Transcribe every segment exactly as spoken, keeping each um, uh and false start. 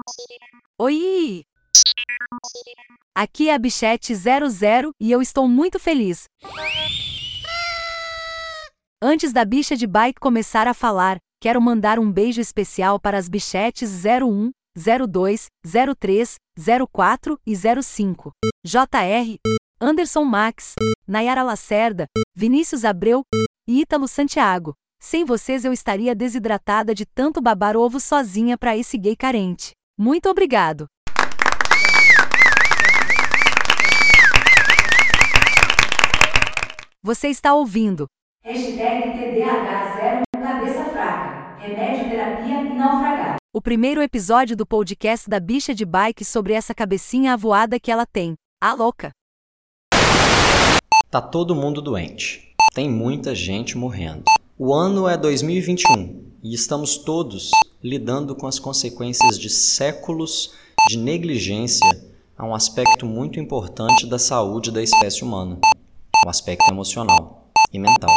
Oi! Aqui é a Bichete zero zero e eu estou muito feliz. Antes da bicha de bike começar a falar, quero mandar um beijo especial para as bichetes zero um, zero dois, zero três, zero quatro e zero cinco. J R, Anderson Max, Nayara Lacerda, Vinícius Abreu e Ítalo Santiago. Sem vocês eu estaria desidratada de tanto babar ovo sozinha pra esse gay carente. Muito obrigado. Você está ouvindo Hashtag T D A H zero um Cabeça Fraca, Remédio, Terapia e Naufragar. O primeiro episódio do podcast da bicha de bike sobre essa cabecinha avoada que ela tem. A louca. Tá todo mundo doente. Tem muita gente morrendo. O ano é dois mil e vinte e um e estamos todos lidando com as consequências de séculos de negligência a um aspecto muito importante da saúde da espécie humana, o aspecto emocional e mental.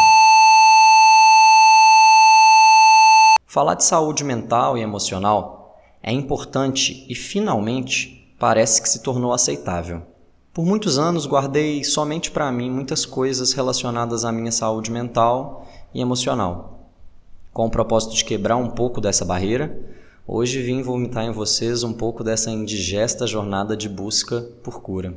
Falar de saúde mental e emocional é importante e finalmente parece que se tornou aceitável. Por muitos anos guardei somente para mim muitas coisas relacionadas à minha saúde mental e emocional. Com o propósito de quebrar um pouco dessa barreira, hoje vim vomitar em vocês um pouco dessa indigesta jornada de busca por cura.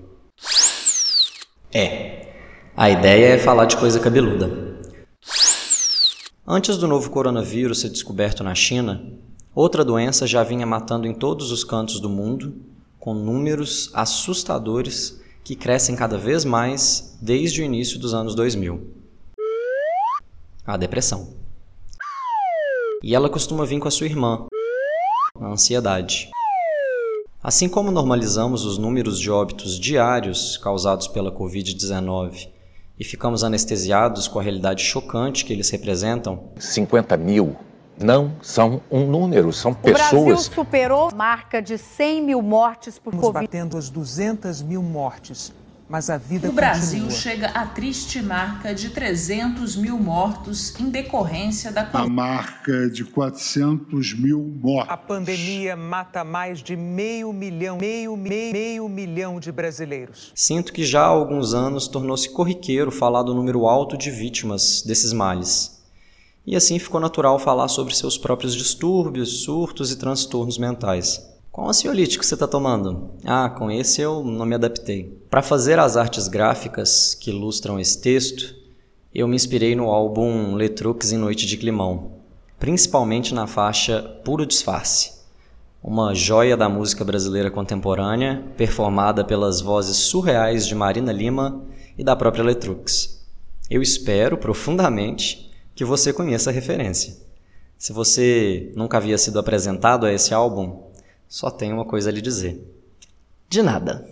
É, a ideia é falar de coisa cabeluda. Antes do novo coronavírus ser descoberto na China, outra doença já vinha matando em todos os cantos do mundo, com números assustadores que crescem cada vez mais desde o início dos anos dois mil. A depressão. E ela costuma vir com a sua irmã, a ansiedade. Assim como normalizamos os números de óbitos diários causados pela covid dezenove e ficamos anestesiados com a realidade chocante que eles representam, cinquenta mil não são um número, são pessoas. O Brasil superou a marca de cem mil mortes por Estamos Covid. batendo as duzentas mil mortes, mas a vida O continua. Brasil chega à triste marca de trezentos mil mortos em decorrência da A marca de quatrocentos mil mortos. A pandemia mata mais de meio milhão, meio, meio, meio milhão de brasileiros. Sinto que já há alguns anos tornou-se corriqueiro falar do número alto de vítimas desses males. E assim ficou natural falar sobre seus próprios distúrbios, surtos e transtornos mentais. Qual ansiolítico você está tomando? Ah, com esse eu não me adaptei. Para fazer as artes gráficas que ilustram esse texto, eu me inspirei no álbum Letrux em Noite de Climão, principalmente na faixa Puro Disfarce, uma joia da música brasileira contemporânea, performada pelas vozes surreais de Marina Lima e da própria Letrux. Eu espero profundamente que você conheça a referência. Se você nunca havia sido apresentado a esse álbum, só tenho uma coisa a lhe dizer. De nada.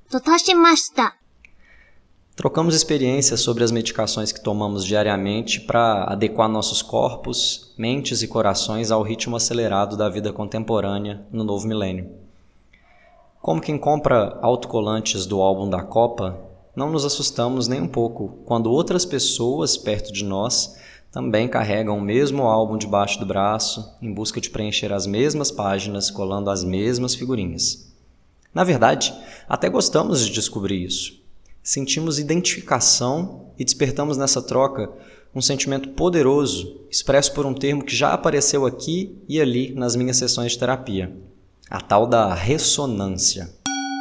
Trocamos experiências sobre as medicações que tomamos diariamente para adequar nossos corpos, mentes e corações ao ritmo acelerado da vida contemporânea no novo milênio. Como quem compra autocolantes do álbum da Copa, não nos assustamos nem um pouco quando outras pessoas perto de nós também carregam o mesmo álbum debaixo do braço, em busca de preencher as mesmas páginas, colando as mesmas figurinhas. Na verdade, até gostamos de descobrir isso. Sentimos identificação e despertamos nessa troca um sentimento poderoso, expresso por um termo que já apareceu aqui e ali nas minhas sessões de terapia, a tal da ressonância.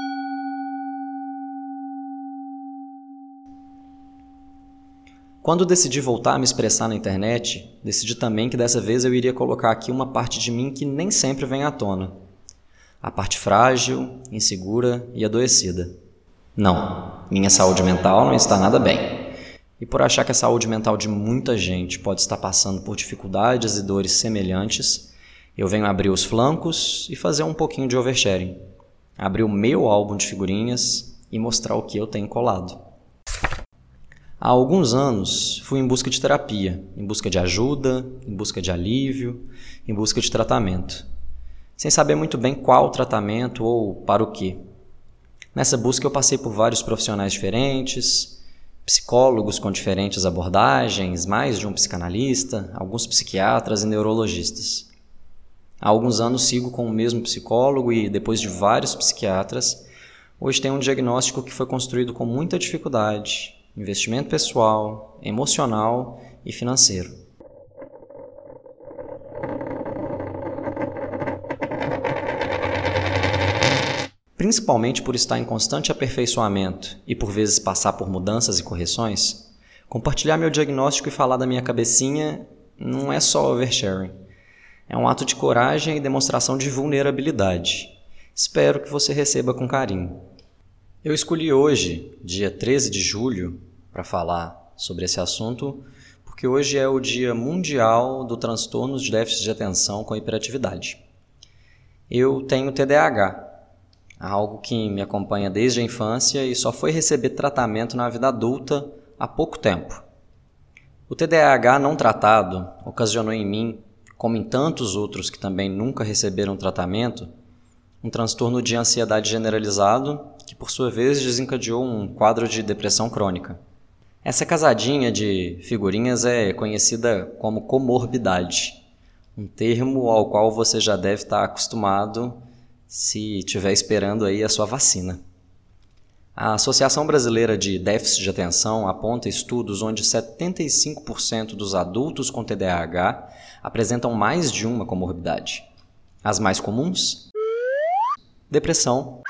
Quando decidi voltar a me expressar na internet, decidi também que dessa vez eu iria colocar aqui uma parte de mim que nem sempre vem à tona. A parte frágil, insegura e adoecida. Não, minha saúde mental não está nada bem. E por achar que a saúde mental de muita gente pode estar passando por dificuldades e dores semelhantes, eu venho abrir os flancos e fazer um pouquinho de oversharing. Abrir o meu álbum de figurinhas e mostrar o que eu tenho colado. Há alguns anos, fui em busca de terapia, em busca de ajuda, em busca de alívio, em busca de tratamento, sem saber muito bem qual tratamento ou para o quê. Nessa busca eu passei por vários profissionais diferentes, psicólogos com diferentes abordagens, mais de um psicanalista, alguns psiquiatras e neurologistas. Há alguns anos sigo com o mesmo psicólogo e, depois de vários psiquiatras, hoje tenho um diagnóstico que foi construído com muita dificuldade, investimento pessoal, emocional e financeiro. Principalmente por estar em constante aperfeiçoamento e por vezes passar por mudanças e correções, compartilhar meu diagnóstico e falar da minha cabecinha não é só oversharing. É um ato de coragem e demonstração de vulnerabilidade. Espero que você receba com carinho. Eu escolhi hoje, dia treze de julho, para falar sobre esse assunto, porque hoje é o Dia Mundial do Transtorno de Déficit de Atenção com Hiperatividade. Eu tenho T D A H. Algo que me acompanha desde a infância e só foi receber tratamento na vida adulta há pouco tempo. O T D A H não tratado ocasionou em mim, como em tantos outros que também nunca receberam tratamento, um transtorno de ansiedade generalizado que, por sua vez, desencadeou um quadro de depressão crônica. Essa casadinha de figurinhas é conhecida como comorbidade, um termo ao qual você já deve estar acostumado se estiver esperando aí a sua vacina. A Associação Brasileira de Déficit de Atenção aponta estudos onde setenta e cinco por cento dos adultos com T D A H apresentam mais de uma comorbidade. As mais comuns? Depressão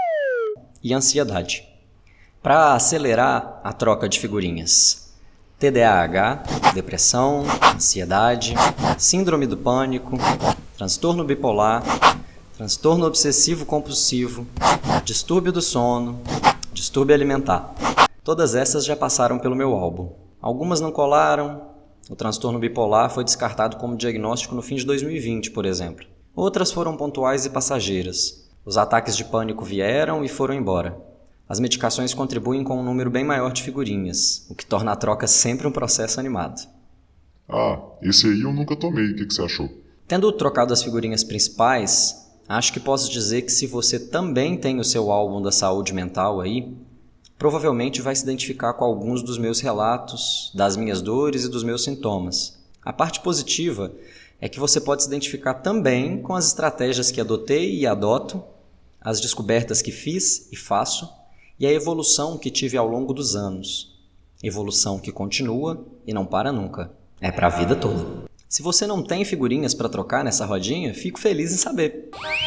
e ansiedade. Para acelerar a troca de figurinhas: T D A H, depressão, ansiedade, síndrome do pânico, transtorno bipolar, transtorno obsessivo-compulsivo, distúrbio do sono, distúrbio alimentar. Todas essas já passaram pelo meu álbum. Algumas não colaram. O transtorno bipolar foi descartado como diagnóstico no fim de dois mil e vinte, por exemplo. Outras foram pontuais e passageiras. Os ataques de pânico vieram e foram embora. As medicações contribuem com um número bem maior de figurinhas, o que torna a troca sempre um processo animado. Ah, esse aí eu nunca tomei. O que, que você achou? Tendo trocado as figurinhas principais, acho que posso dizer que se você também tem o seu álbum da saúde mental aí, provavelmente vai se identificar com alguns dos meus relatos, das minhas dores e dos meus sintomas. A parte positiva é que você pode se identificar também com as estratégias que adotei e adoto, as descobertas que fiz e faço e a evolução que tive ao longo dos anos. Evolução que continua e não para nunca. É para a vida toda. Se você não tem figurinhas para trocar nessa rodinha, fico feliz em saber.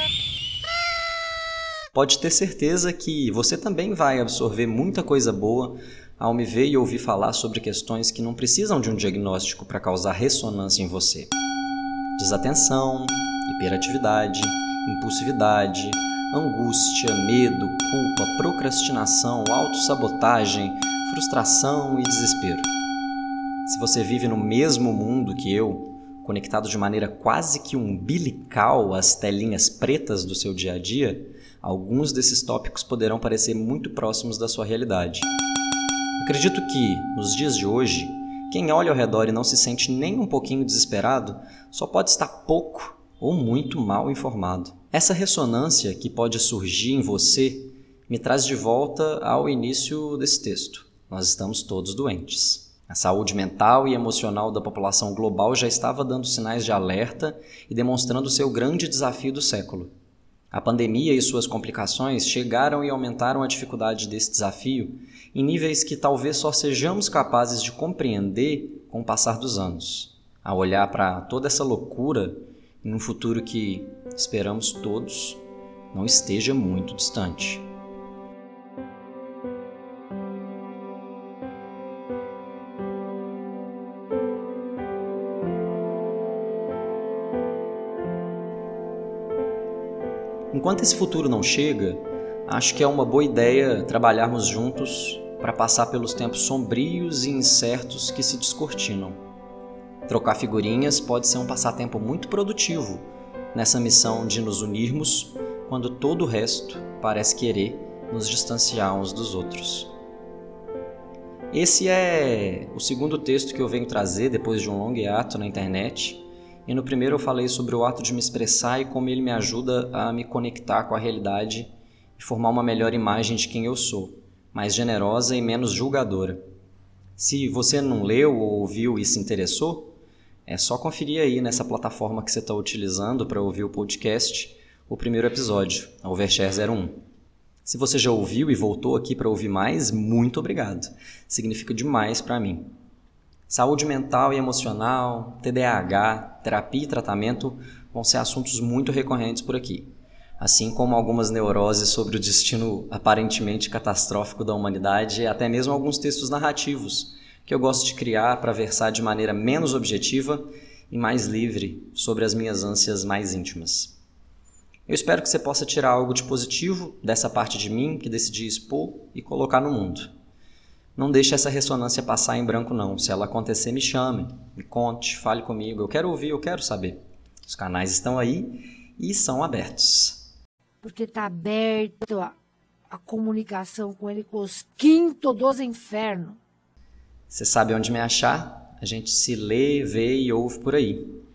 Pode ter certeza que você também vai absorver muita coisa boa ao me ver e ouvir falar sobre questões que não precisam de um diagnóstico para causar ressonância em você. Desatenção, hiperatividade, impulsividade, angústia, medo, culpa, procrastinação, autossabotagem, frustração e desespero. Se você vive no mesmo mundo que eu, conectado de maneira quase que umbilical às telinhas pretas do seu dia a dia, alguns desses tópicos poderão parecer muito próximos da sua realidade. Acredito que, nos dias de hoje, quem olha ao redor e não se sente nem um pouquinho desesperado só pode estar pouco ou muito mal informado. Essa ressonância que pode surgir em você me traz de volta ao início desse texto. Nós estamos todos doentes. A saúde mental e emocional da população global já estava dando sinais de alerta e demonstrando seu grande desafio do século. A pandemia e suas complicações chegaram e aumentaram a dificuldade desse desafio em níveis que talvez só sejamos capazes de compreender com o passar dos anos, a olhar para toda essa loucura em um futuro que, esperamos todos, não esteja muito distante. Enquanto esse futuro não chega, acho que é uma boa ideia trabalharmos juntos para passar pelos tempos sombrios e incertos que se descortinam. Trocar figurinhas pode ser um passatempo muito produtivo nessa missão de nos unirmos quando todo o resto parece querer nos distanciar uns dos outros. Esse é o segundo texto que eu venho trazer depois de um longo hiato na internet. E no primeiro eu falei sobre o ato de me expressar e como ele me ajuda a me conectar com a realidade e formar uma melhor imagem de quem eu sou, mais generosa e menos julgadora. Se você não leu ou ouviu e se interessou, É só conferir aí nessa plataforma que você está utilizando para ouvir o podcast, o primeiro episódio, a Overshare zero um. Se você já ouviu e voltou aqui para ouvir mais, muito obrigado. Significa demais para mim. Saúde mental e emocional, T D A H, terapia e tratamento vão ser assuntos muito recorrentes por aqui. Assim como algumas neuroses sobre o destino aparentemente catastrófico da humanidade e até mesmo alguns textos narrativos que eu gosto de criar para versar de maneira menos objetiva e mais livre sobre as minhas ânsias mais íntimas. Eu espero que você possa tirar algo de positivo dessa parte de mim que decidi expor e colocar no mundo. Não deixe essa ressonância passar em branco não. Se ela acontecer, me chame, me conte, fale comigo. Eu quero ouvir, eu quero saber. Os canais estão aí e são abertos. Porque está aberto a, a comunicação com ele com os quintos dos infernos. Você sabe onde me achar? A gente se lê, vê e ouve por aí.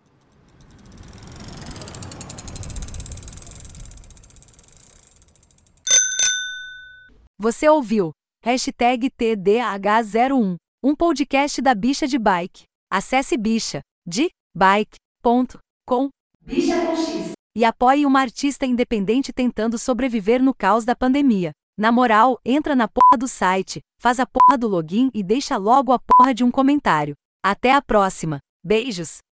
Você ouviu hashtag T D A H zero um, um podcast da Bicha de Bike. Acesse bicha de bike ponto com e apoie uma artista independente tentando sobreviver no caos da pandemia. Na moral, entra na porra do site, faz a porra do login e deixa logo a porra de um comentário. Até a próxima. Beijos!